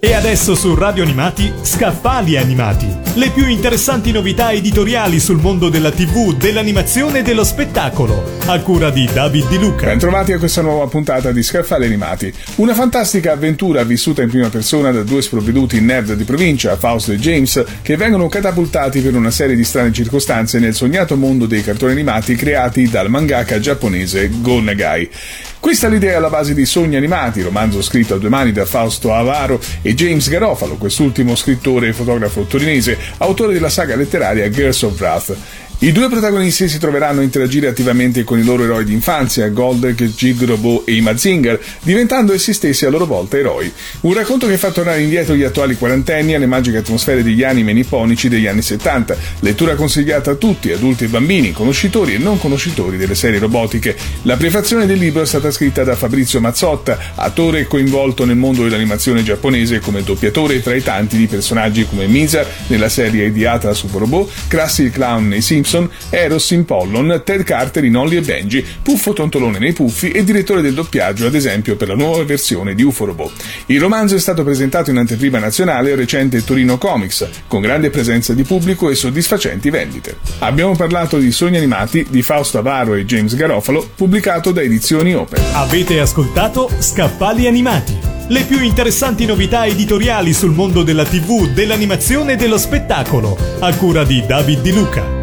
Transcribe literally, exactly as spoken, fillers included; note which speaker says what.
Speaker 1: E adesso su Radio Animati, Scaffali Animati. Le più interessanti novità editoriali sul mondo della tivù, dell'animazione e dello spettacolo, a cura di David Di Luca.
Speaker 2: Bentrovati a questa nuova puntata di Scaffali Animati. Una fantastica avventura vissuta in prima persona da due sprovveduti nerd di provincia, Fausto e James, che vengono catapultati per una serie di strane circostanze nel sognato mondo dei cartoni animati creati dal mangaka giapponese Go Nagai. Questa è l'idea alla base di Sogni Animati, romanzo scritto a due mani da Fausto Avaro e James Garofalo, quest'ultimo scrittore e fotografo torinese, autore della saga letteraria Girls of Wrath. I due protagonisti si troveranno a interagire attivamente con i loro eroi d'infanzia, Goldrake, Jig Robot e i Mazinger, diventando essi stessi a loro volta eroi. Un racconto che fa tornare indietro gli attuali quarantenni alle magiche atmosfere degli anime nipponici degli anni settanta. Lettura consigliata a tutti, adulti e bambini, conoscitori e non conoscitori delle serie robotiche. La prefazione del libro è stata scritta da Fabrizio Mazzotta, attore coinvolto nel mondo dell'animazione giapponese come doppiatore tra i tanti di personaggi come Misa nella serie ideata su Robot, Krusty il Clown nei Simpson, Eros in Pollon, Ted Carter in Holly e Benji, Puffo Tontolone nei Puffi e direttore del doppiaggio ad esempio per la nuova versione di UFO Robot. Il romanzo è stato presentato in anteprima nazionale al recente Torino Comics, con grande presenza di pubblico e soddisfacenti vendite. Abbiamo parlato di Sogni Animati di Fausto Avaro e James Garofalo, pubblicato da Edizioni Open.
Speaker 1: Avete ascoltato Scaffali Animati, le più interessanti novità editoriali sul mondo della tivù, dell'animazione e dello spettacolo, a cura di David Di Luca.